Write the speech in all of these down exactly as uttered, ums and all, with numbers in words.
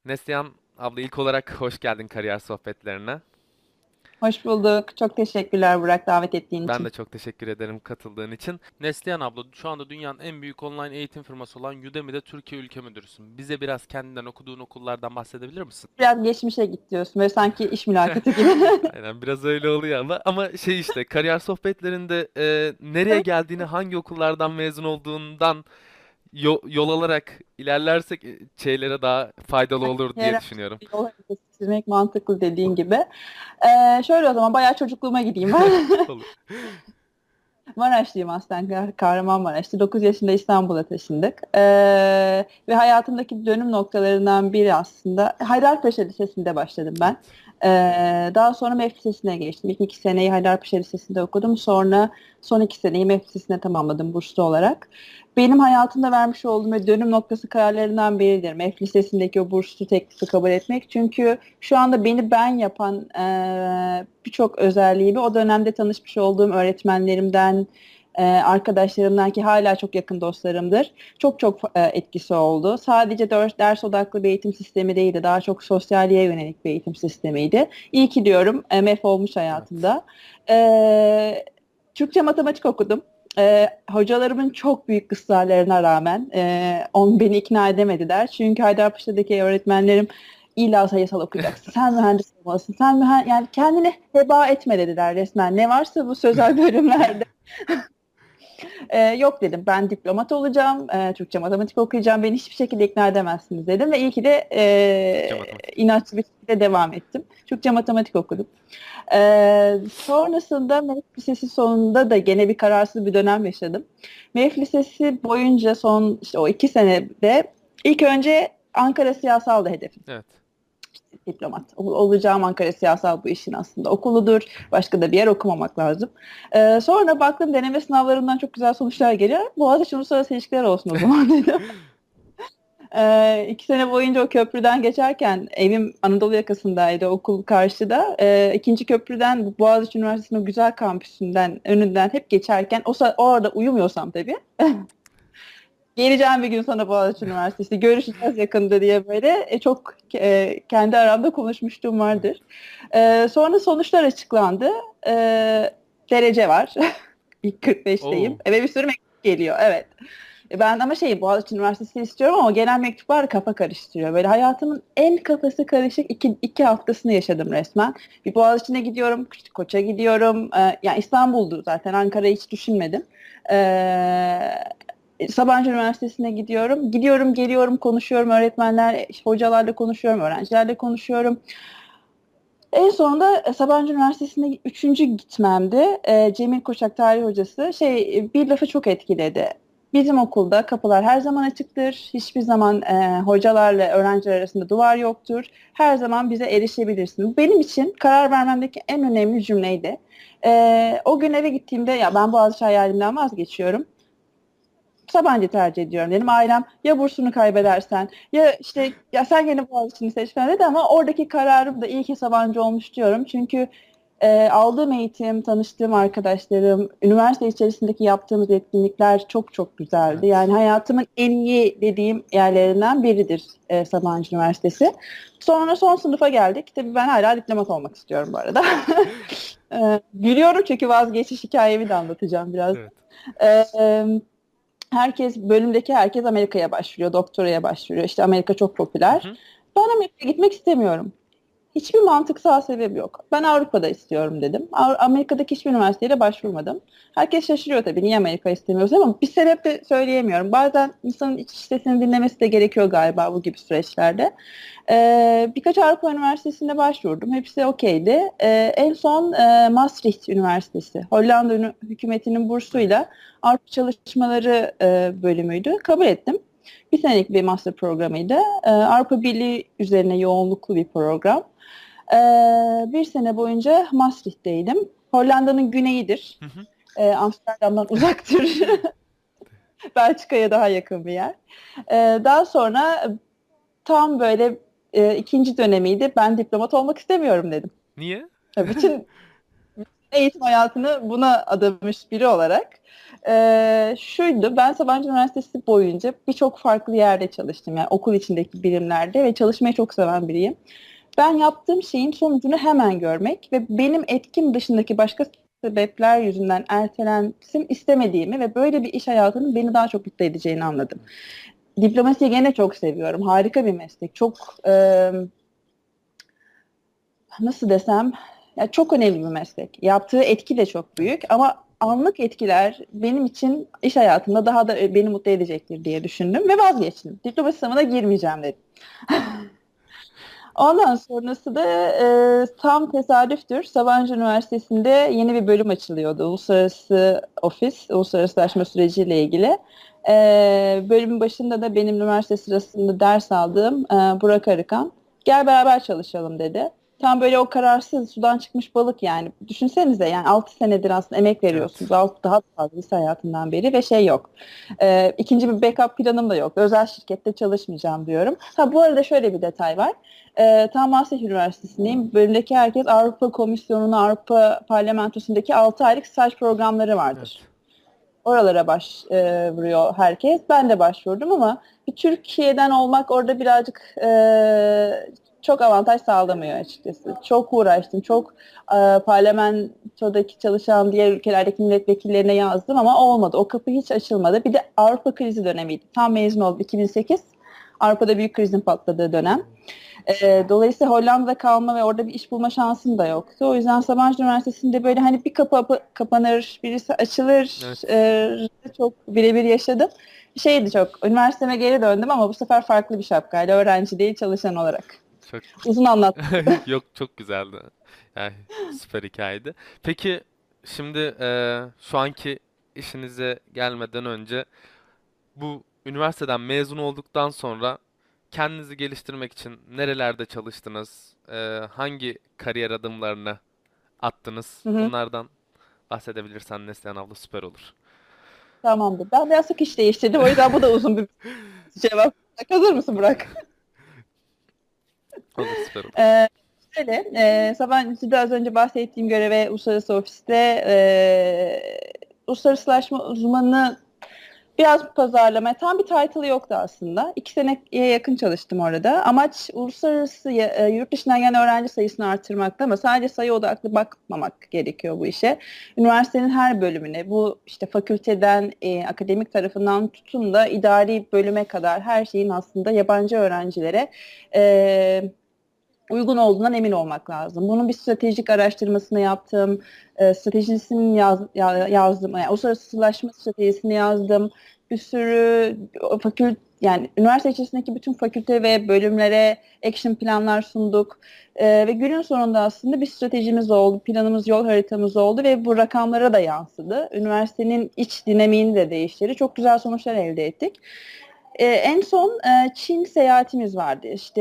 Neslihan abla ilk olarak hoş geldin kariyer sohbetlerine. Hoş bulduk. Çok teşekkürler Burak davet ettiğin Ben de için. çok teşekkür ederim katıldığın için. Neslihan abla şu anda dünyanın en büyük online eğitim firması olan Udemy'de Türkiye ülke müdürüsün. Bize biraz kendinden okuduğun okullardan bahsedebilir misin? Biraz geçmişe git diyorsun. Böyle sanki iş mülakatı gibi. Aynen biraz öyle oluyor ama ama şey işte kariyer sohbetlerinde e, nereye geldiğini, hangi okullardan mezun olduğundan yo- yol alarak ilerlersek e, şeylere daha faydalı olur diye Hiyerarşik düşünüyorum. bir yol haritası çizmek mantıklı dediğin gibi. Ee, şöyle o zaman bayağı çocukluğuma gideyim ben. Olur. Maraşlıyım aslen. Kah- Kahramanmaraş'ta. dokuz yaşında İstanbul'a taşındık. Ee, ve hayatımdaki dönüm noktalarından biri aslında Haydarpaşa Lisesi'nde başladım ben. Evet. Ee, daha sonra MEF Lisesi'ne geçtim. İlk iki seneyi Haydarpaşa Lisesi'nde okudum. Sonra son iki seneyi MEF Lisesi'ne tamamladım burslu olarak. Benim hayatımda vermiş olduğum ve dönüm noktası kararlarından biridir. MEF Lisesi'ndeki o burslu teklifi kabul etmek. Çünkü şu anda beni ben yapan e, birçok özelliği o dönemde tanışmış olduğum öğretmenlerimden, e, arkadaşlarımdan ki hala çok yakın dostlarımdır. Çok çok e, etkisi oldu. Sadece ders, ders odaklı bir eğitim sistemi değildi. Daha çok sosyalliğe yönelik bir eğitim sistemiydi. İyi ki diyorum M F olmuş Evet. hayatımda. E, Türkçe matematik okudum. E, hocalarımın çok büyük ısrarlarına rağmen e, on beni ikna edemediler. Çünkü Haydarpaşa'daki öğretmenlerim illa sayısal okuyacaksın. Sen mühendis olmalısın. Sen mühen yani kendini heba etme dediler resmen. Ne varsa bu sözel bölümlerde. Ee, yok dedim ben diplomat olacağım. Ee, Türkçe matematik okuyacağım. Beni hiçbir şekilde ikna edemezsiniz dedim. Ve iyi ki de Türkçe e, matematik. inatçı bir şekilde devam ettim. Türkçe matematik okudum. Ee, sonrasında MEF Lisesi sonunda da gene bir kararsız bir dönem yaşadım. MEF Lisesi boyunca son işte o iki senede ilk önce Ankara Siyasal'da hedefim. Evet. Diplomat. Ol- Olacağım Ankara Siyasal bu işin aslında okuludur. Başka da bir yer okumamak lazım. Ee, sonra baktım deneme sınavlarından çok güzel sonuçlar geliyor. Boğaziçi Uluslararası İlişkiler olsun o zaman dedim. Ee, iki sene boyunca o köprüden geçerken evim Anadolu yakasındaydı, okul karşıda. Ee, ikinci köprüden bu Boğaziçi Üniversitesi'nin o güzel kampüsünden önünden hep geçerken o sa- orada uyumuyorsam tabii geleceğim bir gün sana Boğaziçi Üniversitesi. Görüşeceğiz yakında diye böyle e, çok e, kendi aramda konuşmuşluğum vardır. E, sonra sonuçlar açıklandı. E, derece var. İlk kırk beşteyim. Oo. E, ve bir sürü mektup geliyor. Evet. E, ben ama şey Boğaziçi Üniversitesi istiyorum ama gelen mektuplar kafa karıştırıyor. Böyle hayatımın en kafası karışık iki, iki haftasını yaşadım resmen. Bir Boğaziçi'ne gidiyorum, işte Koç'a gidiyorum. E, yani İstanbul'du zaten. Ankara'yı hiç düşünmedim. E, Sabancı Üniversitesi'ne gidiyorum. Gidiyorum, geliyorum, konuşuyorum. Öğretmenler, hocalarla konuşuyorum, öğrencilerle konuşuyorum. En sonunda e, Sabancı Üniversitesi'ne üçüncü gitmemde e, Cemil Koçak tarih hocası şey e, bir lafı çok etkiledi. Bizim okulda kapılar her zaman açıktır. Hiçbir zaman e, hocalarla öğrenciler arasında duvar yoktur. Her zaman bize erişebilirsiniz. Benim için karar vermemdeki en önemli cümleydi. E, o gün eve gittiğimde ya ben Boğaziçi hayalimden vazgeçiyorum. Sabancı tercih ediyorum dedim. Ailem ya bursunu kaybedersen ya işte ya sen gene Boğaziçi'ni seç falan dedi ama oradaki kararım da iyi ki Sabancı olmuş diyorum. Çünkü e, aldığım eğitim, tanıştığım arkadaşlarım, üniversite içerisindeki yaptığımız etkinlikler çok çok güzeldi. Evet. Yani hayatımın en iyi dediğim yerlerinden biridir e, Sabancı Üniversitesi. Sonra son sınıfa geldik. Tabii ben hala diplomat olmak istiyorum bu arada. E, gülüyorum çünkü vazgeçiş hikayemi de anlatacağım biraz. Evet. E, herkes bölümdeki herkes Amerika'ya başvuruyor, doktoraya başvuruyor. İşte Amerika çok Hı popüler. hı. Ben Amerika'ya gitmek istemiyorum. Hiçbir mantıksal sebep yok. Ben Avrupa'da istiyorum dedim. Av- Amerika'daki hiçbir üniversiteye başvurmadım. Herkes şaşırıyor tabii niye Amerika istemiyorsun ama bir sebep de söyleyemiyorum. Bazen insanın iç sesini dinlemesi de gerekiyor galiba bu gibi süreçlerde. Ee, birkaç Avrupa Üniversitesi'ne başvurdum. Hepsi okeydi. Ee, en son e, Maastricht Üniversitesi, Hollanda ünü- hükümetinin Evet. bursuyla Avrupa Çalışmaları e, bölümüydü. Kabul ettim. Bir senelik bir master programıydı. Ee, Avrupa Birliği üzerine yoğunluklu bir program. Ee, bir sene boyunca Maastricht'teydim. Hollanda'nın güneyidir. Hı hı. Ee, Amsterdam'dan uzaktır. Belçika'ya daha yakın bir yer. Ee, daha sonra tam böyle e, ikinci dönemiydi. Ben diplomat olmak istemiyorum dedim. Niye? Ya bütün eğitim hayatını buna adamış biri olarak e, şuydu. Ben Sabancı Üniversitesi boyunca birçok farklı yerde çalıştım. Yani okul içindeki birimlerde ve çalışmayı çok seven biriyim. Ben yaptığım şeyin sonucunu hemen görmek ve benim etkim dışındaki başka sebepler yüzünden ertelensin istemediğimi ve böyle bir iş hayatının beni daha çok mutlu edeceğini anladım. Diplomasiyi gene çok seviyorum. Harika bir meslek. Çok e, nasıl desem, ya çok önemli bir meslek. Yaptığı etki de çok büyük ama anlık etkiler benim için iş hayatında daha da beni mutlu edecektir diye düşündüm ve vazgeçtim. Diplomasi sınavına girmeyeceğim dedim. Ondan sonrası da e, tam tesadüftür. Sabancı Üniversitesi'nde yeni bir bölüm açılıyordu. Uluslararası Ofis, uluslararasılaşma süreciyle ilgili. E, bölümün başında da benim üniversite sırasında ders aldığım e, Burak Arıkan, gel beraber çalışalım dedi. Tam böyle o kararsız sudan çıkmış balık yani. Düşünsenize yani altı senedir aslında emek Evet. veriyorsunuz. altı daha fazla lise hayatından beri ve şey yok. E, ikinci bir backup planım da yok. Özel şirkette çalışmayacağım diyorum. Ha bu arada şöyle bir detay var. E, tam Maastricht Üniversitesi'ndeyim. Bölümdeki herkes Avrupa Komisyonu'na, Avrupa Parlamentosu'ndaki altı aylık staj programları vardır. Evet. Oralara başvuruyor herkes. Ben de başvurdum ama bir Türkiye'den olmak orada birazcık e, çok avantaj sağlamıyor açıkçası. Çok uğraştım. Çok e, parlamentodaki çalışan diğer ülkelerdeki milletvekillerine yazdım ama olmadı. O kapı hiç açılmadı. Bir de Avrupa krizi dönemiydi. Tam mezun oldum iki bin sekiz. Avrupa'da büyük krizin patladığı dönem. E, dolayısıyla Hollanda'da kalma ve orada bir iş bulma şansım da yoktu. O yüzden Sabancı Üniversitesi'nde böyle hani bir kapı apa- kapanır, birisi açılır, Evet. e, çok birebir yaşadım. Şeydi çok, üniversiteme geri döndüm ama bu sefer farklı bir şapkayla, öğrenci değil çalışan olarak. Çok Uzun anlat. yok, çok güzeldi. Yani süper hikayeydi. Peki şimdi eee, şu anki işinize gelmeden önce bu üniversiteden mezun olduktan sonra kendinizi geliştirmek için nerelerde çalıştınız? Eee, hangi kariyer adımlarını attınız? Hı hı, Bunlardan bahsedebilirsen Neslihan abla süper olur. tamamdır. Ben biraz sık iş değiştirdim. O yüzden bu da uzun bir cevap. Hazır mısın Burak? Olur, süper olur. Ee, Şöyle, e, Sabancı'da az önce bahsettiğim göreve uluslararası ofiste e, uluslararasılaşma uzmanı, biraz pazarlama. Tam bir title'ı yoktu aslında. İki seneye yakın çalıştım orada. Amaç uluslararası e, yurt dışından gelen öğrenci sayısını artırmakta ama sadece sayı odaklı bakmamak gerekiyor bu işe. Üniversitenin her bölümüne, bu işte fakülteden, e, akademik tarafından tutun da idari bölüme kadar her şeyin aslında yabancı öğrencilere e, uygun olduğundan emin olmak lazım. Bunun bir stratejik araştırmasını yaptım. E, stratejisini yaz, ya- yazdım. Yani uluslararasılaşma stratejisini yazdım. Bir sürü fakülte, yani üniversite içerisindeki bütün fakülte ve bölümlere action planlar sunduk. E, ve günün sonunda aslında bir stratejimiz oldu, planımız, yol haritamız oldu ve bu rakamlara da yansıdı. Üniversitenin iç dinamiğini de değiştirdi. Çok güzel sonuçlar elde ettik. E, en son e, Çin seyahatimiz vardı. İşte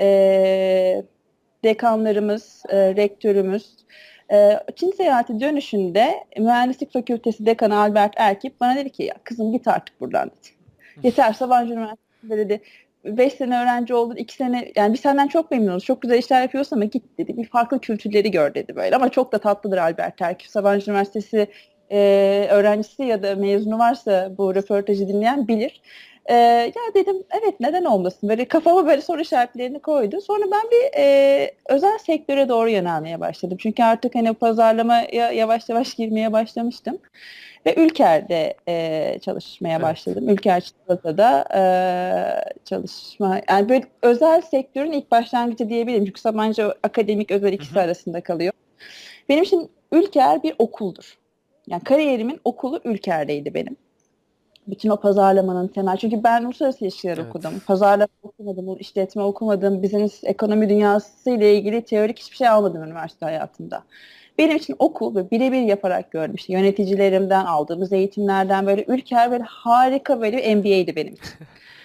e, dekanlarımız, e, rektörümüz. E, Çin seyahati dönüşünde Mühendislik Fakültesi Dekanı Albert Erkip bana dedi ki ya kızım git artık buradan dedi. Yeter Sabancı Üniversitesi'nde dedi. Beş sene öğrenci oldun, iki sene yani biz senden çok memnunuz. Çok güzel işler yapıyorsun ama git dedi. Bir farklı kültürleri gör dedi böyle. Ama çok da tatlıdır Albert Erkip. Sabancı Üniversitesi e, öğrencisi ya da mezunu varsa bu röportajı dinleyen bilir. Ee, ya dedim evet neden olmasın, böyle kafama böyle soru işaretlerini koydu. Sonra ben bir e, özel sektöre doğru yönelmeye başladım. Çünkü artık hani pazarlamaya yavaş yavaş girmeye başlamıştım. Ve Ülker'de e, çalışmaya Evet. başladım. Ülker Çikolata'da e, çalışma. Yani böyle özel sektörün ilk başlangıcı diyebilirim. Çünkü Sabancı akademik özel Hı ikisi hı. arasında kalıyor. Benim için Ülker bir okuldur. Yani kariyerimin okulu Ülker'deydi benim. Bütün o pazarlamanın temel. Çünkü ben uluslararası ilişkiler Evet. okudum. Pazarlama okumadım, işletme okumadım. Business, ekonomi dünyası ile ilgili teorik hiçbir şey almadım üniversite hayatımda. Benim için okul ve birebir yaparak gördüm. İşte yöneticilerimden aldığımız eğitimlerden böyle Ülker böyle harika böyle bir M B A'ydi benim için.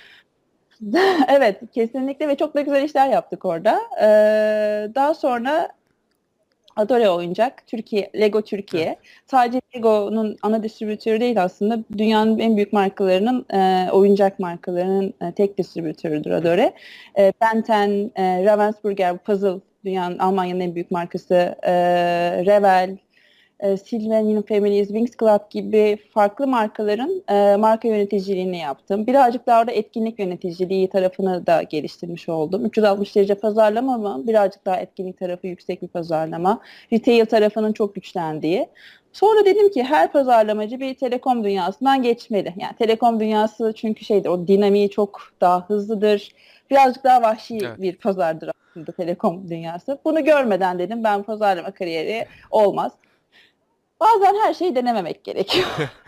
Evet, kesinlikle ve çok da güzel işler yaptık orada. Ee, daha sonra Adore Oyuncak, Türkiye, Lego Evet. Türkiye. Sadece Lego'nun ana distribütörü değil aslında. Dünyanın en büyük markalarının, e, oyuncak markalarının e, tek distribütörüdür Adore. E, Benten, e, Ravensburger, Puzzle, dünyanın, Almanya'nın en büyük markası, e, Revel. e, Sylvanian Families, Wings Club gibi farklı markaların e, marka yöneticiliğini yaptım. Birazcık daha orada etkinlik yöneticiliği tarafını da geliştirmiş oldum. üç yüz altmış derece pazarlama ama birazcık daha etkinlik tarafı yüksek bir pazarlama. Retail tarafının çok güçlendiği. Sonra dedim ki her pazarlamacı bir telekom dünyasından geçmeli. Yani telekom dünyası çünkü şeydir, o dinamiği çok daha hızlıdır. Birazcık daha vahşi Evet. bir pazardır aslında telekom dünyası. Bunu görmeden dedim ben pazarlama kariyeri olmaz. Bazen her şeyi denememek gerekiyor.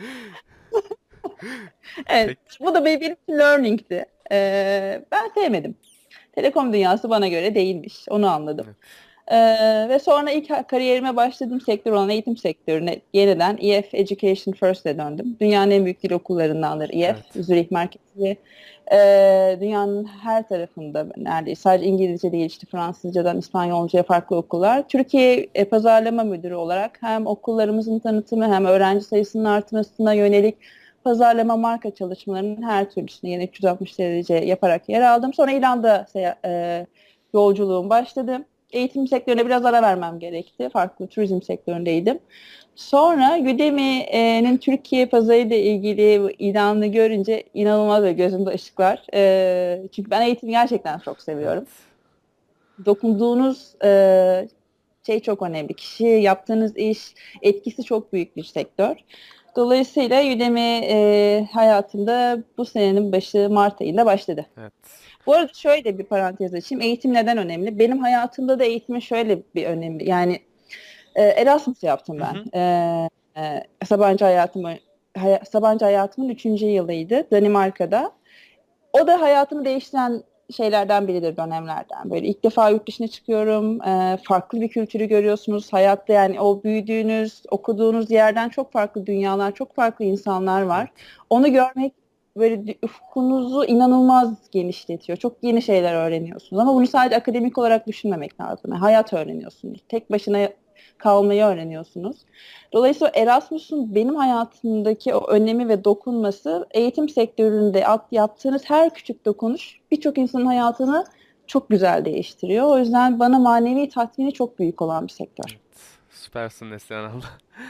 Evet, Peki. bu da benim için learning'ti. Ee, ben sevmedim. Telekom dünyası bana göre değilmiş. Onu anladım. Evet. Ee, ve sonra ilk kariyerime başladığım sektör olan eğitim sektörüne yeniden E F Education First'e döndüm. Dünyanın en büyük dil okullarındandır E F, Evet. Zürih merkezli. Ee, dünyanın her tarafında neredeyse sadece İngilizce değil işte Fransızcadan İspanyolcaya farklı okullar. Türkiye e, pazarlama müdürü olarak hem okullarımızın tanıtımı hem öğrenci sayısının artmasına yönelik pazarlama marka çalışmalarının her türlüsünü yine üç yüz altmış derece yaparak yer aldım. Sonra İrlanda e, yolculuğum başladı. Eğitim sektörüne biraz ara vermem gerekti. Farklı turizm sektöründeydim. Sonra Udemy'nin Türkiye pazarıyla ilgili ilanını görünce inanılmaz böyle gözümde ışıklar. Ee, çünkü ben eğitimi gerçekten çok seviyorum. Evet. Dokunduğunuz e, şey çok önemli. Kişi, yaptığınız iş, etkisi çok büyük bir sektör. Dolayısıyla Udemy e, hayatımda bu senenin başı Mart ayında başladı. Evet. Bu arada şöyle bir parantez açayım. Eğitim neden önemli? Benim hayatımda da eğitimin şöyle bir önemi. Yani e, Erasmus yaptım Hı ben. hı. E, e, Sabancı hayatımı hay- Sabancı hayatımın üçüncü yılıydı Danimarka'da. O da hayatımı değiştiren şeylerden biridir, dönemlerden. Böyle ilk defa yurt dışına çıkıyorum. E, farklı bir kültürü görüyorsunuz. Hayatta yani o büyüdüğünüz, okuduğunuz yerden çok farklı dünyalar, çok farklı insanlar var. Evet. Onu görmek böyle ufkunuzu inanılmaz genişletiyor. Çok yeni şeyler öğreniyorsunuz. Ama bunu sadece akademik olarak düşünmemek lazım. Yani hayat öğreniyorsunuz. Tek başına kalmayı öğreniyorsunuz. Dolayısıyla Erasmus'un benim hayatımdaki o önemi ve dokunması eğitim sektöründe yaptığınız her küçük dokunuş birçok insanın hayatını çok güzel değiştiriyor. O yüzden bana manevi tatmini çok büyük olan bir sektör. Evet. Süpersin Neslihan abla.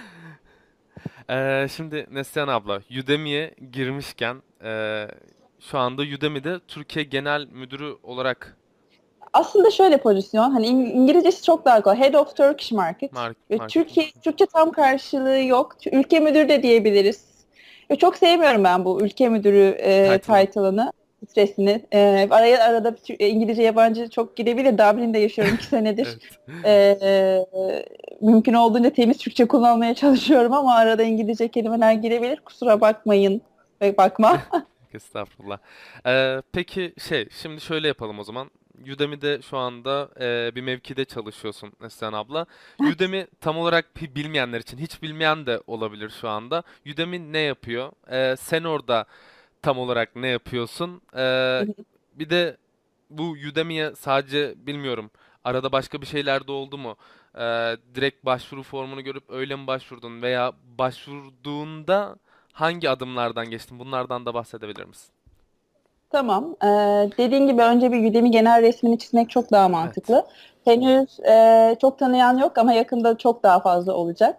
Ee, şimdi Neslihan abla, Udemy'ye girmişken ee, şu anda Udemy'de Türkiye Genel Müdürü olarak Aslında şöyle pozisyon, hani İng- İngilizcesi çok daha kolay. Head of Turkish Market. mark Ve marketing. Türkiye, Türkçe tam karşılığı yok. Ülke müdürü de diyebiliriz. Ve çok sevmiyorum ben bu ülke müdürü e, Title'ı. title'ını, stresini. E, araya arada bir Tür- e, İngilizce yabancı çok gidebilir. Dublin'de yaşıyorum iki senedir. Evet. E, e, mümkün olduğunca temiz Türkçe kullanmaya çalışıyorum ama arada İngilizce kelimeler girebilir. Kusura bakmayın ve bakma. Estağfurullah. Ee, peki şey, şimdi şöyle yapalım o zaman. Udemy'de şu anda e, bir mevkide çalışıyorsun Neslihan abla. Udemy tam olarak bi- bilmeyenler için, hiç bilmeyen de olabilir şu anda. Udemy ne yapıyor? Ee, sen orada tam olarak ne yapıyorsun? Ee, bir de bu Udemy'ye sadece bilmiyorum. Arada başka bir şeyler de oldu mu? Ee, direkt başvuru formunu görüp öyle mi başvurdun veya başvurduğunda hangi adımlardan geçtin? Bunlardan da bahsedebilir misin? Tamam. Ee, dediğin gibi önce bir Udemy genel resmini çizmek çok daha Evet. mantıklı. Henüz e, çok tanıyan yok ama yakında çok daha fazla olacak.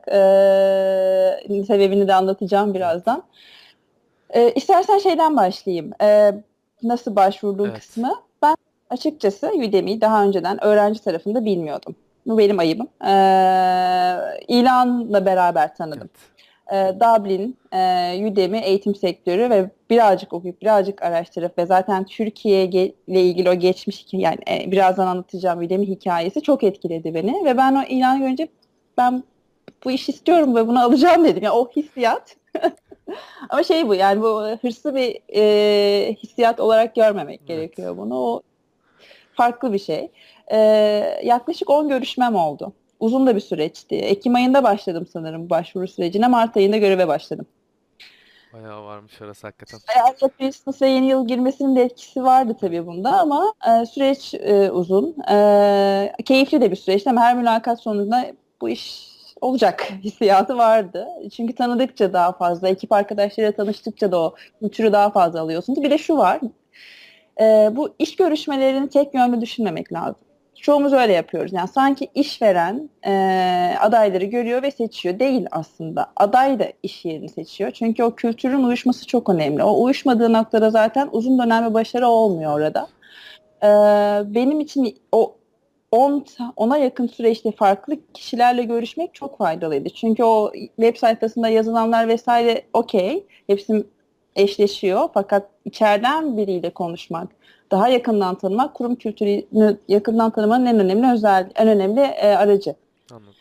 Ee, sebebini de anlatacağım Evet. birazdan. Ee, istersen şeyden başlayayım. Ee, nasıl başvurduğum Evet. kısmı. Ben açıkçası Udemy'yi daha önceden öğrenci tarafında bilmiyordum. Bu benim ayıbım. Ee, ilanla beraber tanıdım. Evet. e, Dublin, e, Udemy eğitim sektörü ve birazcık okuyup birazcık araştırıp ve zaten Türkiye ge- ile ilgili o geçmiş yani e, birazdan anlatacağım Udemy hikayesi çok etkiledi beni ve ben o ilanı görünce ben bu işi istiyorum ve bunu alacağım dedim. Yani o hissiyat. Ama şey bu yani bu hırslı bir e, hissiyat olarak görmemek Evet. gerekiyor bunu. O farklı bir şey. E, yaklaşık on görüşmem oldu. Uzun da bir süreçti. Ekim ayında başladım sanırım başvuru sürecine. Mart ayında göreve başladım. Bayağı varmış arası hakikaten. Arada Christmas ve yeni yıl girmesinin de etkisi vardı Evet. tabii bunda ama e, süreç e, uzun. E, keyifli de bir süreçti ama her mülakat sonunda bu iş olacak hissiyatı vardı. Çünkü tanıdıkça daha fazla, ekip arkadaşlarıyla tanıştıkça da o kültürü daha fazla alıyorsunuz. Bir de şu var, e, bu iş görüşmelerini tek yönlü düşünmemek lazım. çoğumuz öyle yapıyoruz. Yani sanki işveren e, adayları görüyor ve seçiyor. Değil aslında. Aday da iş yerini seçiyor. Çünkü o kültürün uyuşması çok önemli. O uyuşmadığı noktada zaten uzun dönem bir başarı olmuyor orada. E, Benim için o on, ona yakın süreçte farklı kişilerle görüşmek çok faydalıydı. Çünkü o web sayfasında yazılanlar vesaire okey. Hepsi eşleşiyor. Fakat içeriden biriyle konuşmak, daha yakından tanımak, kurum kültürünü yakından tanımanın en önemli özel, en önemli e, aracı. Anladım.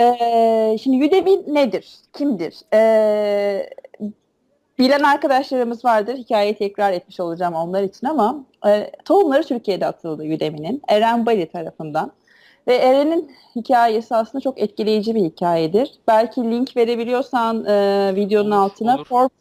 E, şimdi Udemy nedir? Kimdir? E, Bilen arkadaşlarımız vardır. Hikayeyi tekrar etmiş olacağım onlar için ama e, tohumları Türkiye'de atıldı Udemy'nin. Eren Bali tarafından. Ve Eren'in hikayesi aslında çok etkileyici bir hikayedir. Belki link verebiliyorsan e, videonun Olur, altına olur. Forbes,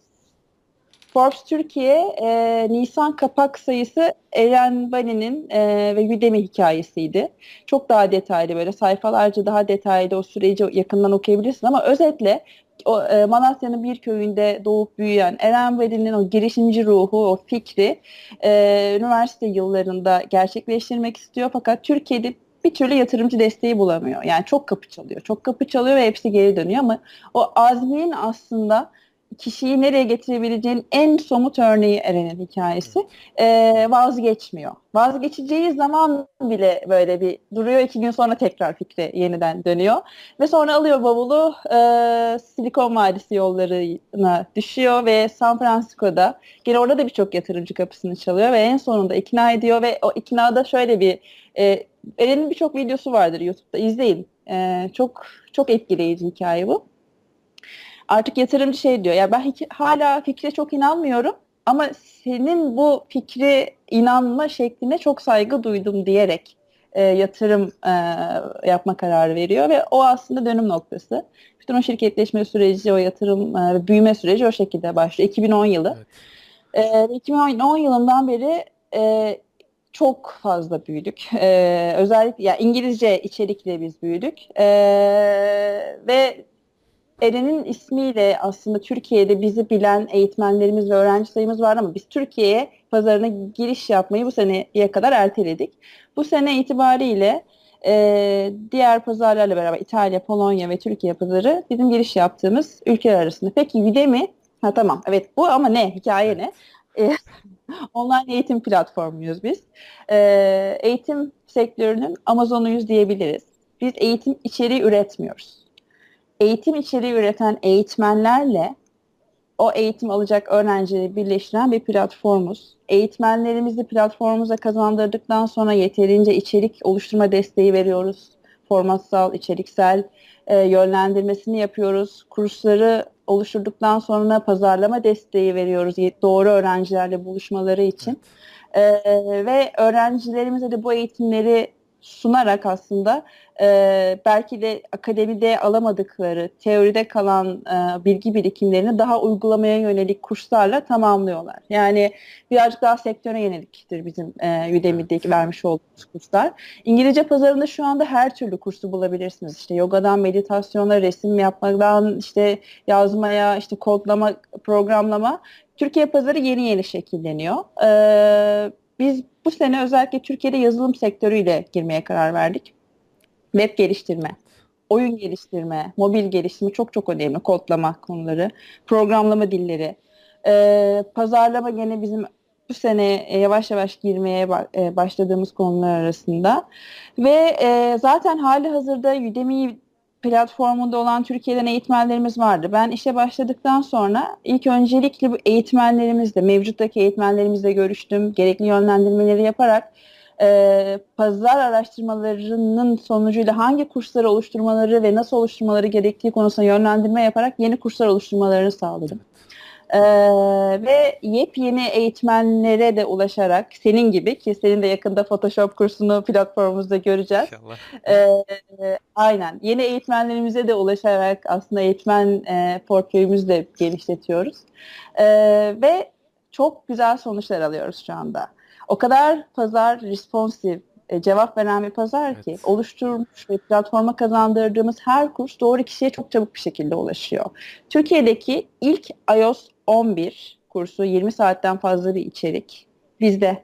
Forbes Türkiye e, Nisan kapak sayısı Eren Bali'nin e, ve Udemy hikayesiydi. Çok daha detaylı, böyle sayfalarca daha detaylı o süreci yakından okuyabilirsin ama özetle o, e, Malatya'nın bir köyünde doğup büyüyen Eren Bali'nin o girişimci ruhu, o fikri e, üniversite yıllarında gerçekleştirmek istiyor fakat Türkiye'de bir türlü yatırımcı desteği bulamıyor. Yani çok kapı çalıyor. Çok kapı çalıyor ve hepsi geri dönüyor ama o azmin aslında kişiyi nereye getirebileceğin en somut örneği Eren'in hikayesi. Ee, vazgeçmiyor. Vazgeçeceği zaman bile böyle bir duruyor. İki gün sonra tekrar fikre yeniden dönüyor. Ve sonra alıyor bavulu e, Silikon Vadisi yollarına düşüyor ve San Francisco'da gene orada da birçok yatırımcı kapısını çalıyor ve en sonunda ikna ediyor ve o iknada şöyle bir e, Eren'in birçok videosu vardır YouTube'da. İzleyin. E, çok çok etkileyici hikaye bu. Artık yatırımcı şey diyor ya ben hiç, hala fikre çok inanmıyorum ama senin bu fikri inanma şekline çok saygı duydum diyerek e, yatırım e, yapma kararı veriyor ve o aslında dönüm noktası. Bütün o şirketleşme süreci, o yatırım e, büyüme süreci o şekilde başlıyor. iki bin on yılı. Evet. E, iki bin on yılından beri e, çok fazla büyüdük. E, özellikle ya İngilizce içerikle biz büyüdük. E, ve Eren'in ismiyle aslında Türkiye'de bizi bilen eğitmenlerimiz ve öğrenci sayımız var ama biz Türkiye'ye pazarına giriş yapmayı bu seneye kadar erteledik. Bu sene itibariyle e, diğer pazarlarla beraber İtalya, Polonya ve Türkiye pazarı bizim giriş yaptığımız ülkeler arasında. Peki Udemy? Ha tamam, evet bu ama ne? Hikaye Evet. ne? E, online eğitim platformuyuz biz. E, eğitim sektörünün Amazon'uyuz diyebiliriz. Biz eğitim içeriği üretmiyoruz. Eğitim içeriği üreten eğitmenlerle o eğitim alacak öğrencileri birleştiren bir platformuz. Eğitmenlerimizi platformumuza kazandırdıktan sonra yeterince içerik oluşturma desteği veriyoruz. Formatsal, içeriksel e, yönlendirmesini yapıyoruz. Kursları oluşturduktan sonra pazarlama desteği veriyoruz doğru öğrencilerle buluşmaları için. Evet. E, ve öğrencilerimize de bu eğitimleri sunarak aslında e, belki de akademide alamadıkları, teoride kalan e, bilgi birikimlerini daha uygulamaya yönelik kurslarla tamamlıyorlar. Yani birazcık daha sektöre yöneliktir bizim e, Udemy'deki Evet. vermiş olduğumuz kurslar. İngilizce pazarında şu anda her türlü kursu bulabilirsiniz. İşte yogadan meditasyona, resim yapmadan, işte yazmaya, işte kodlama, programlama. Türkiye pazarı yeni yeni şekilleniyor. Ee, biz bu sene özellikle Türkiye'de yazılım sektörüyle girmeye karar verdik. Web geliştirme, oyun geliştirme, mobil geliştirme çok çok önemli. Kodlama konuları, programlama dilleri. Ee, pazarlama gene bizim bu sene e, yavaş yavaş girmeye ba- e, başladığımız konular arasında. Ve e, zaten hali hazırda Udemy platformunda olan Türkiye'den eğitmenlerimiz vardı. Ben işe başladıktan sonra ilk öncelikle bu eğitmenlerimizle, mevcuttaki eğitmenlerimizle görüştüm. Gerekli yönlendirmeleri yaparak e, pazar araştırmalarının sonucuyla hangi kursları oluşturmaları ve nasıl oluşturmaları gerektiği konusunda yönlendirme yaparak yeni kurslar oluşturmalarını sağladım. Ee, ve yepyeni eğitmenlere de ulaşarak senin gibi ki senin de yakında Photoshop kursunu platformumuzda göreceğiz. İnşallah. Ee, aynen. Yeni eğitmenlerimize de ulaşarak aslında eğitmen e, portföyümüzü de genişletiyoruz. Ee, ve çok güzel sonuçlar alıyoruz şu anda. O kadar pazar responsive, e, cevap veren bir pazar ki Evet. oluşturmuş ve platforma kazandırdığımız her kurs doğru kişiye çok çabuk bir şekilde ulaşıyor. Türkiye'deki ilk iOS on bir kursu yirmi saatten fazla bir içerik bizde.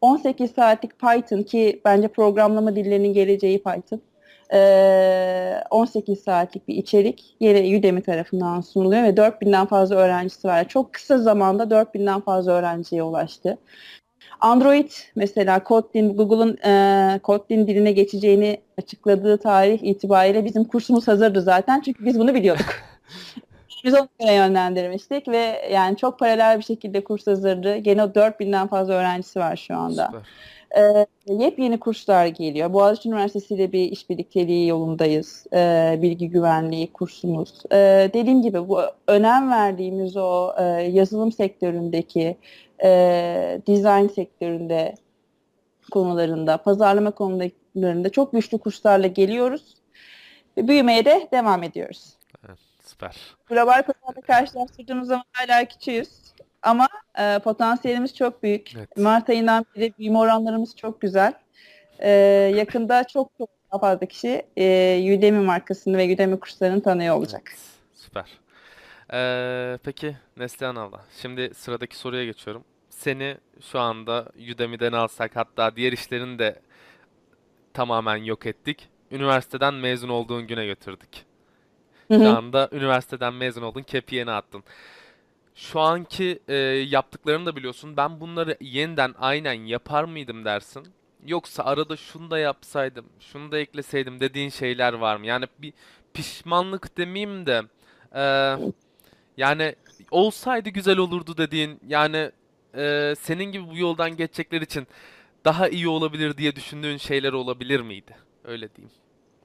on sekiz saatlik Python ki bence programlama dillerinin geleceği Python. Ee, on sekiz saatlik bir içerik yine Udemy tarafından sunuluyor ve dört binden fazla öğrencisi var. Çok kısa zamanda dört binden fazla öğrenciye ulaştı. Android mesela Kotlin, Google'ın e, Kotlin diline geçeceğini açıkladığı tarih itibariyle bizim kursumuz hazırdı zaten. Çünkü biz bunu biliyorduk. Biz onu göre yönlendirmiştik ve yani çok paralel bir şekilde kurs hazırdı. Gene o dört binden fazla öğrencisi var şu anda. Süper. Ee, yepyeni kurslar geliyor. Boğaziçi Üniversitesi ile bir işbirlikteliği yolundayız. Ee, bilgi güvenliği kursumuz. Ee, dediğim gibi bu önem verdiğimiz o e, yazılım sektöründeki, e, design sektöründe konularında, pazarlama konularında çok güçlü kurslarla geliyoruz. Ve büyümeye de devam ediyoruz. Evet, süper. Global pazarla karşılaştırdığımız zaman hala küçüğüz. Ama e, potansiyelimiz çok büyük. Evet. Mart ayından beri büyüme oranlarımız çok güzel. E, yakında çok çok daha fazla kişi e, Udemy markasını ve Udemy kurslarını tanıyor olacak. Evet, süper. Ee, peki Neslihan abla, şimdi sıradaki soruya geçiyorum. Seni şu anda Udemy'den alsak, hatta diğer işlerini de tamamen yok ettik. Üniversiteden mezun olduğun güne götürdük. Hı Şu hı. anda üniversiteden mezun oldun, kepiğini attın. Şu anki e, yaptıklarını da biliyorsun. Ben bunları yeniden aynen yapar mıydım dersin? Yoksa arada şunu da yapsaydım, şunu da ekleseydim dediğin şeyler var mı? Yani bir pişmanlık demeyeyim de e, yani olsaydı güzel olurdu dediğin, yani e, senin gibi bu yoldan geçecekler için daha iyi olabilir diye düşündüğün şeyler olabilir miydi? Öyle diyeyim.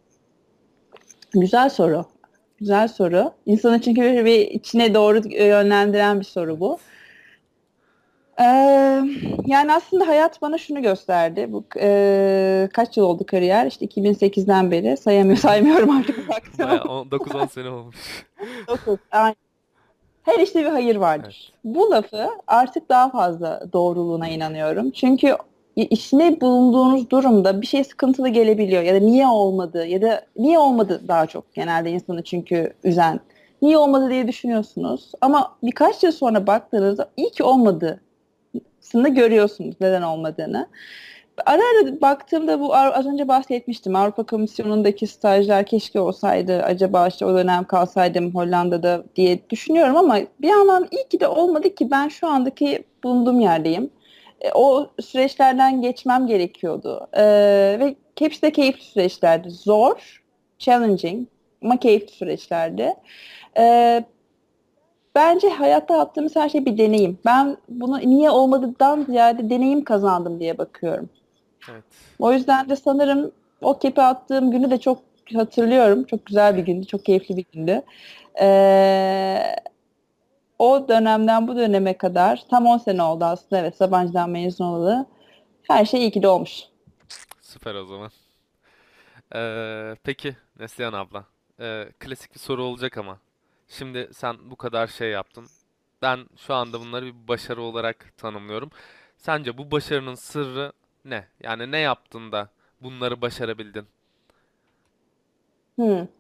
Güzel soru. Güzel soru. İnsanı çünkü bir, bir içine doğru yönlendiren bir soru bu. Evet. Ee, yani aslında hayat bana şunu gösterdi. Bu e, kaç yıl oldu kariyer? İşte iki bin sekizden beri sayamıyor, saymıyorum artık baktım. Bayağı dokuz on sene olmuş. dokuz. Aynen. Her işte bir hayır Evet. vardır. Bu lafı artık daha fazla doğruluğuna inanıyorum. Çünkü içine bulunduğunuz durumda bir şey sıkıntılı gelebiliyor ya da niye olmadı ya da niye olmadı daha çok genelde insanı çünkü üzen. Niye olmadı diye düşünüyorsunuz ama birkaç yıl sonra baktığınızda iyi ki olmadı aslında görüyorsunuz neden olmadığını. Ara ara baktığımda bu az önce bahsetmiştim. Avrupa Komisyonu'ndaki stajlar keşke olsaydı. Acaba işte o dönem kalsaydım Hollanda'da diye düşünüyorum ama bir yandan iyi ki de olmadı ki ben şu andaki bulunduğum yerdeyim. E, o süreçlerden geçmem gerekiyordu. E, ve hepsi de keyifli süreçlerdi. Zor, challenging ama keyifli süreçlerdi. E, Bence hayatta yaptığımız her şey bir deneyim. Ben bunu niye olmadıktan ziyade deneyim kazandım diye bakıyorum. Evet. O yüzden de sanırım o kepi attığım günü de çok hatırlıyorum. Çok güzel bir gündü, çok keyifli bir gündü. Ee, o dönemden bu döneme kadar tam on sene oldu aslında. Evet, Sabancı'dan mezun olalı. Her şey iyi ki de olmuş. Süper o zaman. Ee, peki Neslihan abla. Ee, klasik bir soru olacak ama. Şimdi sen bu kadar şey yaptın. Ben şu anda bunları bir başarı olarak tanımlıyorum. Sence bu başarının sırrı ne? Yani ne yaptın da bunları başarabildin? Hmm.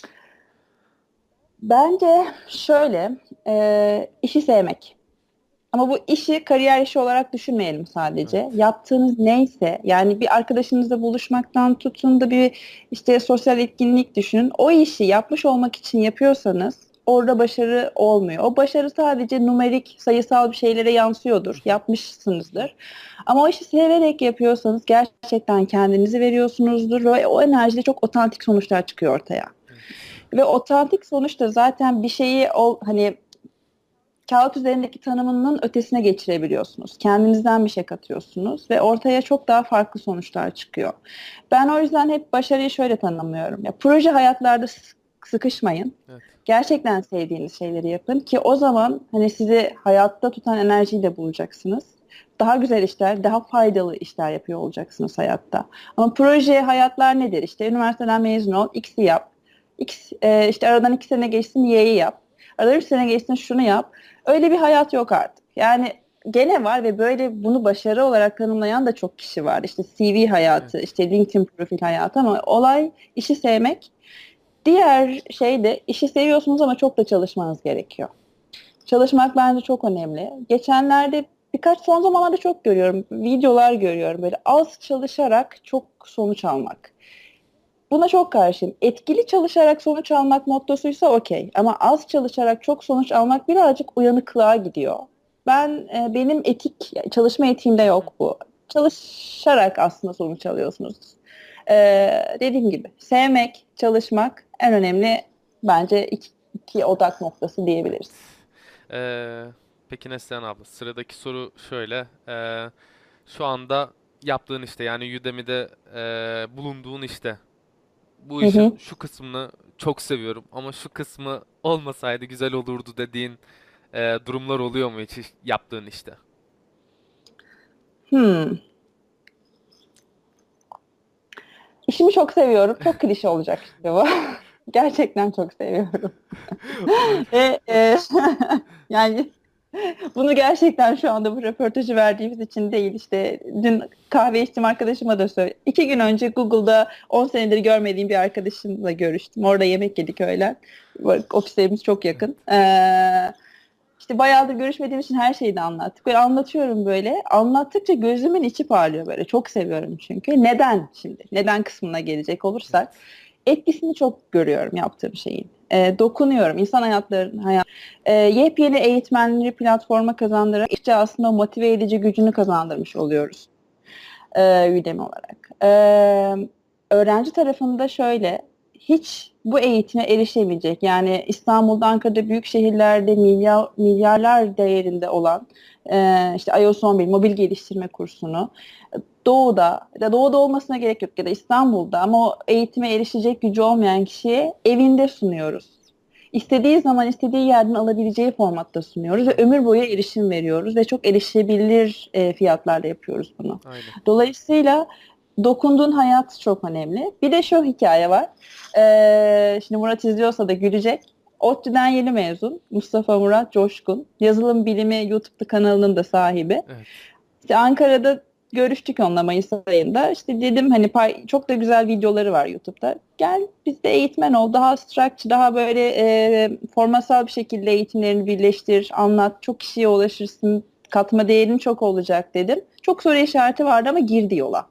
Bence şöyle, e, işi sevmek. Ama bu işi kariyer işi olarak düşünmeyelim sadece. Evet. Yaptığınız neyse yani bir arkadaşınızla buluşmaktan tutun da bir işte sosyal etkinlik düşünün. O işi yapmış olmak için yapıyorsanız orada başarı olmuyor. O başarı sadece numerik, sayısal bir şeylere Hı yansıyordur. hı. Yapmışsınızdır. Ama o işi severek yapıyorsanız gerçekten kendinizi veriyorsunuzdur ve o enerjide çok otantik sonuçlar çıkıyor ortaya. Evet. Ve otantik sonuçta zaten bir şeyi ol, hani kağıt üzerindeki tanımının ötesine geçirebiliyorsunuz. Kendinizden bir şey katıyorsunuz ve ortaya çok daha farklı sonuçlar çıkıyor. Ben o yüzden hep başarıyı şöyle tanımlıyorum. Ya, proje hayatlarda sıkışmayın. Evet. Gerçekten sevdiğiniz şeyleri yapın ki o zaman hani sizi hayatta tutan enerjiyi de bulacaksınız. Daha güzel işler, daha faydalı işler yapıyor olacaksınız hayatta. Ama proje hayatlar nedir? İşte üniversiteden mezun ol, X'i yap. X, e, işte aradan iki sene geçsin, Y'yi yap. Aradan üç sene geçsin, şunu yap. Öyle bir hayat yok artık. Yani gene var ve böyle bunu başarı olarak tanımlayan da çok kişi var. İşte C V Evet. hayatı, işte LinkedIn profil hayatı ama olay işi sevmek. Diğer şey de işi seviyorsunuz ama çok da çalışmanız gerekiyor. Çalışmak bence çok önemli. Geçenlerde birkaç son zamanlarda çok görüyorum. Videolar görüyorum. Böyle az çalışarak çok sonuç almak. Buna çok karşıyım. Etkili çalışarak sonuç almak mottosuysa okey. Ama az çalışarak çok sonuç almak birazcık uyanıklığa gidiyor. Ben e, benim etik çalışma etiğimde Hı hı. yok bu. Çalışarak aslında sonuç alıyorsunuz. E, Dediğim gibi sevmek, çalışmak en önemli bence iki, iki odak noktası Evet. diyebiliriz. Ee, peki Neslihan abla, sıradaki soru şöyle. Ee, şu anda yaptığın işte, yani Udemy'de ee, bulunduğun işte, bu Hı işin hı. şu kısmını çok seviyorum ama şu kısmı olmasaydı güzel olurdu dediğin ee, durumlar oluyor mu hiç iş- yaptığın işte? Hmm. İşimi çok seviyorum. Çok klişe olacak şimdi bu. Gerçekten çok seviyorum. Öyle. Ve e, yani bunu gerçekten şu anda bu röportajı verdiğimiz için değil, işte dün kahve içtim arkadaşıma da söyle. İki gün önce Google'da on senedir görmediğim bir arkadaşımla görüştüm. Orada yemek yedik öğlen. Bu- Ofislerimiz çok Evet. yakın. Ee, işte bayağıdır görüşmediğim için her şeyi de anlattık. Böyle anlatıyorum böyle. Anlattıkça gözümün içi parlıyor böyle. Çok seviyorum çünkü. Neden şimdi? Neden kısmına gelecek olursak Evet. etkisini çok görüyorum yaptığım şeyin. E, dokunuyorum. İnsan hayatlarının hayat e, yepyeni eğitmenleri platforma kazandırarak işte aslında o motive edici gücünü kazandırmış oluyoruz e, Udemy olarak. E, öğrenci tarafında şöyle, hiç bu eğitime erişemeyecek, yani İstanbul'da, Ankara'da, büyük şehirlerde milyar, milyarlar değerinde olan e, işte iOS on bir mobil geliştirme kursunu Doğu'da, ya Doğu'da olmasına gerek yok ya da İstanbul'da, ama o eğitime erişecek gücü olmayan kişiye evinde sunuyoruz. İstediği zaman istediği yerden alabileceği formatta sunuyoruz Hı ve hı. ömür boyu erişim veriyoruz ve çok erişebilir e, fiyatlarla yapıyoruz bunu. Aynen. Dolayısıyla dokunduğun hayat çok önemli. Bir de şu hikaye var. Ee, şimdi Murat izliyorsa da gülecek. ODTÜ'den yeni mezun. Mustafa Murat Coşkun. Yazılım Bilimi YouTube kanalının da sahibi. Evet. İşte Ankara'da görüştük onunla Mayıs ayında. İşte dedim hani pay, çok da güzel videoları var YouTube'da. Gel bizde eğitmen ol. Daha structure, daha böyle e, formasal bir şekilde eğitimlerini birleştir, anlat. Çok kişiye ulaşırsın. Katma değerin çok olacak dedim. Çok soru işareti vardı ama girdi yola.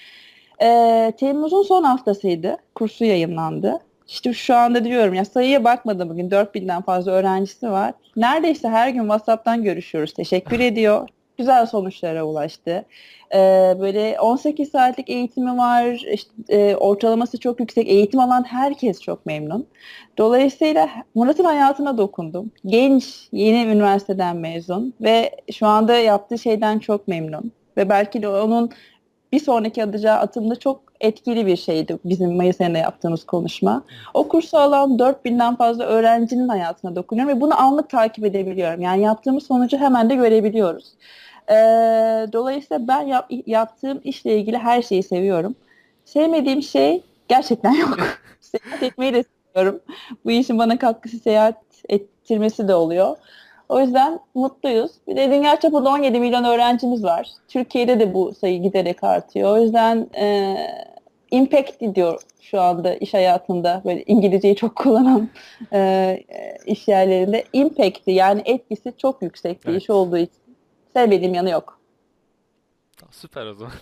Ee, Temmuz'un son haftasıydı. Kursu yayınlandı. İşte şu anda diyorum ya, sayıya bakmadım bugün. dört binden fazla öğrencisi var. Neredeyse her gün WhatsApp'tan görüşüyoruz. Teşekkür ediyor. Güzel sonuçlara ulaştı. Ee, böyle on sekiz saatlik eğitimi var. İşte, e, ortalaması çok yüksek. Eğitim alan herkes çok memnun. Dolayısıyla Murat'ın hayatına dokundum. Genç, yeni üniversiteden mezun ve şu anda yaptığı şeyden çok memnun. Ve belki de onun bir sonraki atacağı atımda çok etkili bir şeydi bizim Mayıs ayında yaptığımız konuşma. O Evet. kursu alan dört binden fazla öğrencinin hayatına dokunuyorum ve bunu anlık takip edebiliyorum. Yani yaptığımız sonucu hemen de görebiliyoruz. Ee, Dolayısıyla ben yap- yaptığım işle ilgili her şeyi seviyorum. Sevmediğim şey gerçekten yok. Seyahat etmeyi de seviyorum. Bu işin bana katkısı seyahat ettirmesi de oluyor. O yüzden mutluyuz. Bir de dünya çapında on yedi milyon öğrencimiz var. Türkiye'de de bu sayı giderek artıyor. O yüzden e, impact diyor şu anda iş hayatında, böyle İngilizceyi çok kullanan e, e, iş yerlerinde. Impact'i, yani etkisi çok yüksek bir iş Evet. olduğu için sevmediğim yanı yok. Tamam, süper o zaman.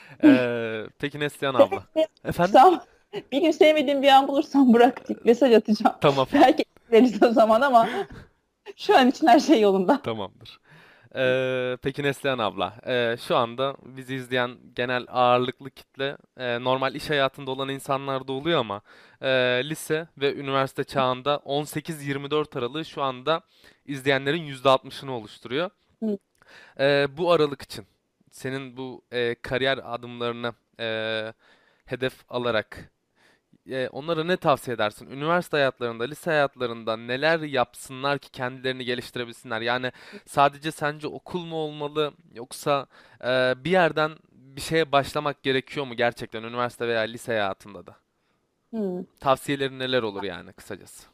Ee, peki Neslihan abla. Efendim? Sevmediğim, bir gün sevmediğim bir an bulursam bırak deyip mesaj atacağım. Tamam. Belki ederiz o zaman ama şu an için her şey yolunda. Tamamdır. Ee, peki Neslihan abla, ee, şu anda bizi izleyen genel ağırlıklı kitle ee, normal iş hayatında olan insanlar da oluyor ama ee, lise ve üniversite çağında on sekiz yirmi dört aralığı şu anda izleyenlerin yüzde altmışını oluşturuyor. Hı. Ee, bu aralık için senin bu ee, kariyer adımlarını ee, hedef alarak e, onlara ne tavsiye edersin? Üniversite hayatlarında, lise hayatlarında neler yapsınlar ki kendilerini geliştirebilsinler? Yani sadece sence okul mu olmalı, yoksa e, bir yerden bir şeye başlamak gerekiyor mu gerçekten üniversite veya lise hayatında da? Hı. Tavsiyelerin neler olur yani kısacası?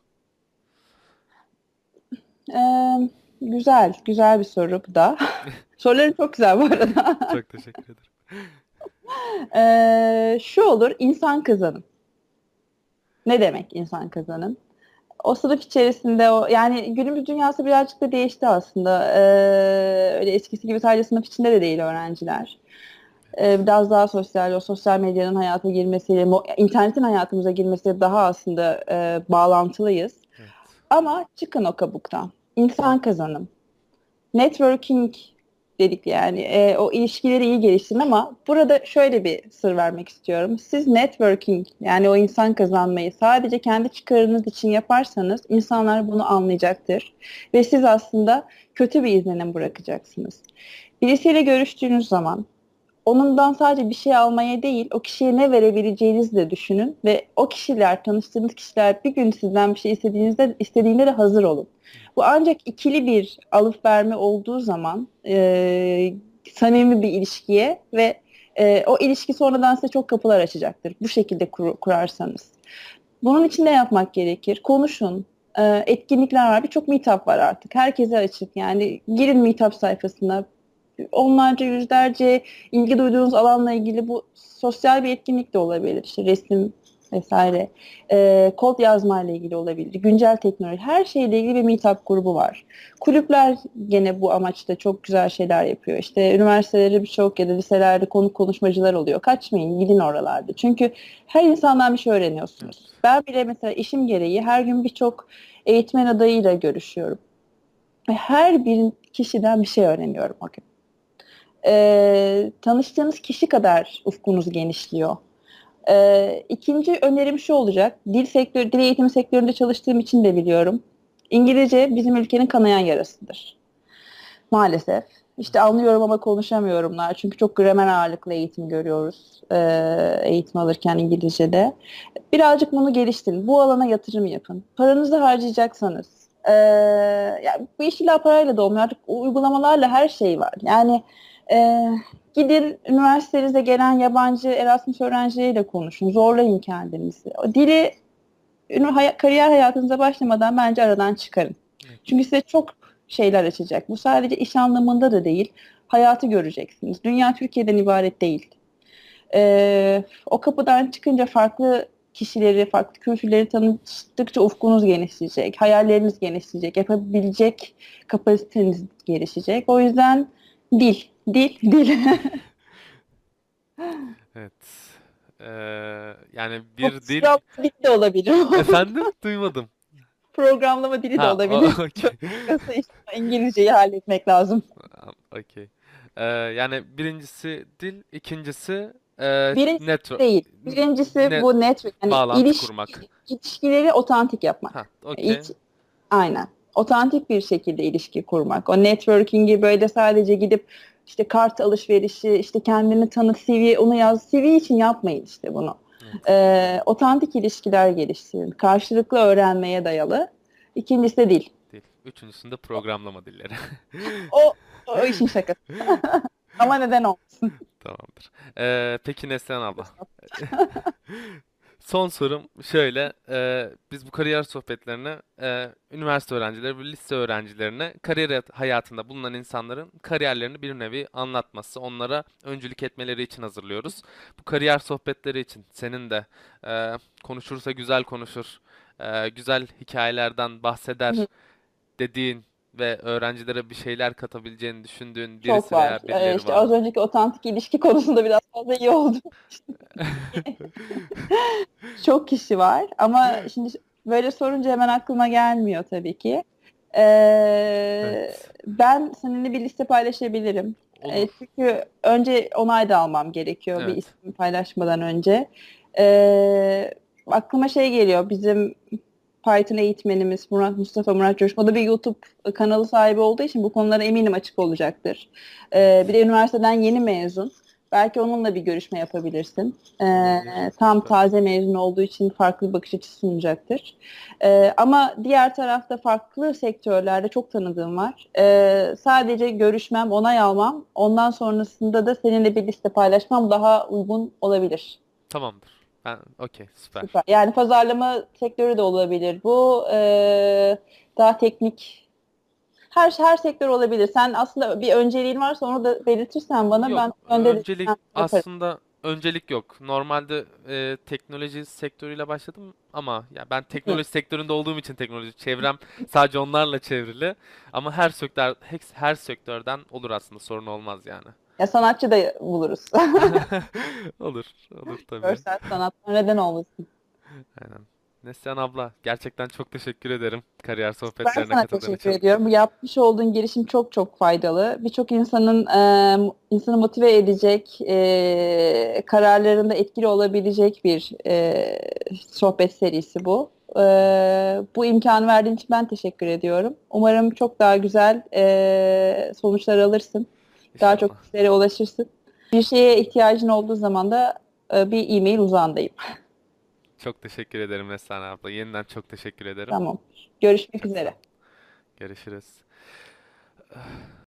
Ee, Güzel, güzel bir soru bu da. Soruların çok güzel bu arada. Çok teşekkür ederim. Ee, şu olur, insan kazanın. Ne demek insan kazanın? O sınıf içerisinde o yani günümüz dünyası birazcık da değişti aslında. Ee, öyle eskisi gibi sadece sınıf içinde de değil öğrenciler. Ee, biraz daha sosyal, o sosyal medyanın hayata girmesiyle, mo- internetin hayatımıza girmesiyle daha aslında e, bağlantılıyız. Evet. Ama çıkın o kabuktan. Tamam. İnsan kazanın. Networking dedik yani. E, o ilişkileri iyi geliştirin ama burada şöyle bir sır vermek istiyorum. Siz networking yani o insan kazanmayı sadece kendi çıkarınız için yaparsanız insanlar bunu anlayacaktır. Ve siz aslında kötü bir izlenim bırakacaksınız. Birisiyle görüştüğünüz zaman onundan sadece bir şey almaya değil, o kişiye ne verebileceğinizi de düşünün ve o kişiler, tanıştığınız kişiler bir gün sizden bir şey istediğinizde istediğinde de hazır olun. Bu ancak ikili bir alıp verme olduğu zaman e, samimi bir ilişkiye ve e, o ilişki sonradan size çok kapılar açacaktır. Bu şekilde kur- kurarsanız. Bunun için ne yapmak gerekir? Konuşun. E, etkinlikler var. Birçok meetup var artık. Herkese açık. Yani girin meetup sayfasına, onlarca, yüzlerce ilgi duyduğunuz alanla ilgili bu sosyal bir etkinlik de olabilir. İşte resim vesaire. E, kod yazmayla ilgili olabilir. Güncel teknoloji. Her şeyle ilgili bir meetup grubu var. Kulüpler gene bu amaçta çok güzel şeyler yapıyor. İşte üniversiteleri birçok ya da liselerde konuk konuşmacılar oluyor. Kaçmayın, gidin oralarda. Çünkü her insandan bir şey öğreniyorsunuz. Evet. Ben bile mesela işim gereği her gün birçok eğitmen adayıyla görüşüyorum. Ve her bir kişiden bir şey öğreniyorum o gün. Ee, tanıştığınız kişi kadar ufkunuz genişliyor. Ee, ikinci önerim şu olacak. Dil sektörü, dil eğitimi sektöründe çalıştığım için de biliyorum. İngilizce bizim ülkenin kanayan yarasıdır. Maalesef. İşte anlıyorum ama konuşamıyorumlar. Çünkü çok gramer ağırlıklı eğitim görüyoruz. Ee, eğitim alırken İngilizce'de. Birazcık bunu geliştirin. Bu alana yatırım yapın. Paranızı harcayacaksanız. Ee, yani bu iş illa parayla da olmuyor. Artık uygulamalarla her şey var. Yani e, gidin üniversitenize gelen yabancı Erasmus öğrencileriyle konuşun. Zorlayın kendinizi. O dili ünü- hay- kariyer hayatınıza başlamadan bence aradan çıkarın. Evet. Çünkü size çok şeyler açacak. Bu sadece iş anlamında da değil. Hayatı göreceksiniz. Dünya Türkiye'den ibaret değil. Ee, o kapıdan çıkınca farklı kişileri, farklı kültürleri tanıştıkça ufkunuz genişleyecek, hayalleriniz genişleyecek, yapabilecek kapasiteniz gelişecek. O yüzden dil, dil, dil. Evet. Ee, yani bir dil. Programlama dili de olabilir. Efendim? Duymadım. Programlama dili de Ha, o- olabilir. okey. Kısa işte İngilizceyi halletmek lazım. Tamam, okey. Ee, yani birincisi dil, ikincisi e, Birincisi network, değil. Birincisi net bu network. Yani bağlantı ilişki, kurmak. ilişkileri otantik Ha, yapmak. okey. İlk, aynen. Otantik bir şekilde ilişki kurmak. O networking'i böyle sadece gidip işte kart alışverişi, işte kendini tanıt, C V, onu yaz. C V için yapmayın işte bunu. Evet. Ee, otantik ilişkiler geliştirin. Karşılıklı öğrenmeye dayalı. İkincisi de dil. Dil. Üçüncüsünde programlama dilleri. O, o işin şakası. Ama neden olmasın? Tamamdır. Ee, peki Neslihan abla. Son sorum şöyle. e, biz bu kariyer sohbetlerini e, üniversite öğrencileri ve lise öğrencilerine kariyer hayat- hayatında bulunan insanların kariyerlerini bir nevi anlatması, onlara öncülük etmeleri için hazırlıyoruz. Bu kariyer sohbetleri için senin de e, konuşursa güzel konuşur, e, güzel hikayelerden bahseder dediğin ve öğrencilere bir şeyler katabileceğini düşündüğün Çok birisi var. veya Ee, birileri işte var az mı? önceki otantik ilişki konusunda biraz fazla iyi oldu. Çok kişi var ama şimdi böyle sorunca hemen aklıma gelmiyor tabii ki. Ee, Evet. ben seninle bir liste paylaşabilirim. Ee, Olur. çünkü önce onay da almam gerekiyor bir Evet. isim paylaşmadan önce. Ee, aklıma şey geliyor. Bizim Python eğitmenimiz Murat Mustafa Murat Coşkun. O da bir YouTube kanalı sahibi olduğu için bu konulara eminim açık olacaktır. Ee, bir Evet. de üniversiteden yeni mezun. Belki onunla bir görüşme yapabilirsin. Ee, Olabilir. tam Süper. taze mezun olduğu için farklı bir bakış açısı sunacaktır. Ee, ama diğer tarafta farklı sektörlerde çok tanıdığım var. Ee, sadece görüşmem, onay almam, ondan sonrasında da seninle bir liste paylaşmam daha uygun olabilir. Tamamdır. Ben okey, süper. Süper. Yani pazarlama sektörü de olabilir. Bu e, daha teknik her her sektör olabilir. Sen aslında bir önceliğin varsa onu da belirtirsen bana ben Yok, önde de öncelik yaparım. aslında öncelik yok. Normalde e, teknoloji sektörüyle başladım ama ya ben Hı. teknoloji sektöründe olduğum için teknoloji çevrem sadece onlarla çevrili. Ama her sektör her, her sektörden olur aslında, sorun olmaz yani. Ya sanatçı da buluruz. Olur, olur tabii. Görsel sanatlar neden olmasın? Aynen. Neslihan abla, gerçekten çok teşekkür ederim kariyer Ben sohbetlerine sana katıldığın teşekkür için. ediyorum. Bu yapmış olduğun girişim çok çok faydalı. Birçok insanın e, insanı motive edecek, e, kararlarında etkili olabilecek bir e, sohbet serisi bu. E, bu imkanı verdiğin için ben teşekkür ediyorum. Umarım çok daha güzel e, sonuçlar alırsın. Daha çok İnşallah. kişilere ulaşırsın. Bir şeye ihtiyacın olduğu zaman da e, bir e-mail uzağındayım. Çok teşekkür ederim Neslihan abla. Yeniden çok teşekkür ederim. Tamam. Görüşmek Çok sağ üzere. ol. Görüşürüz.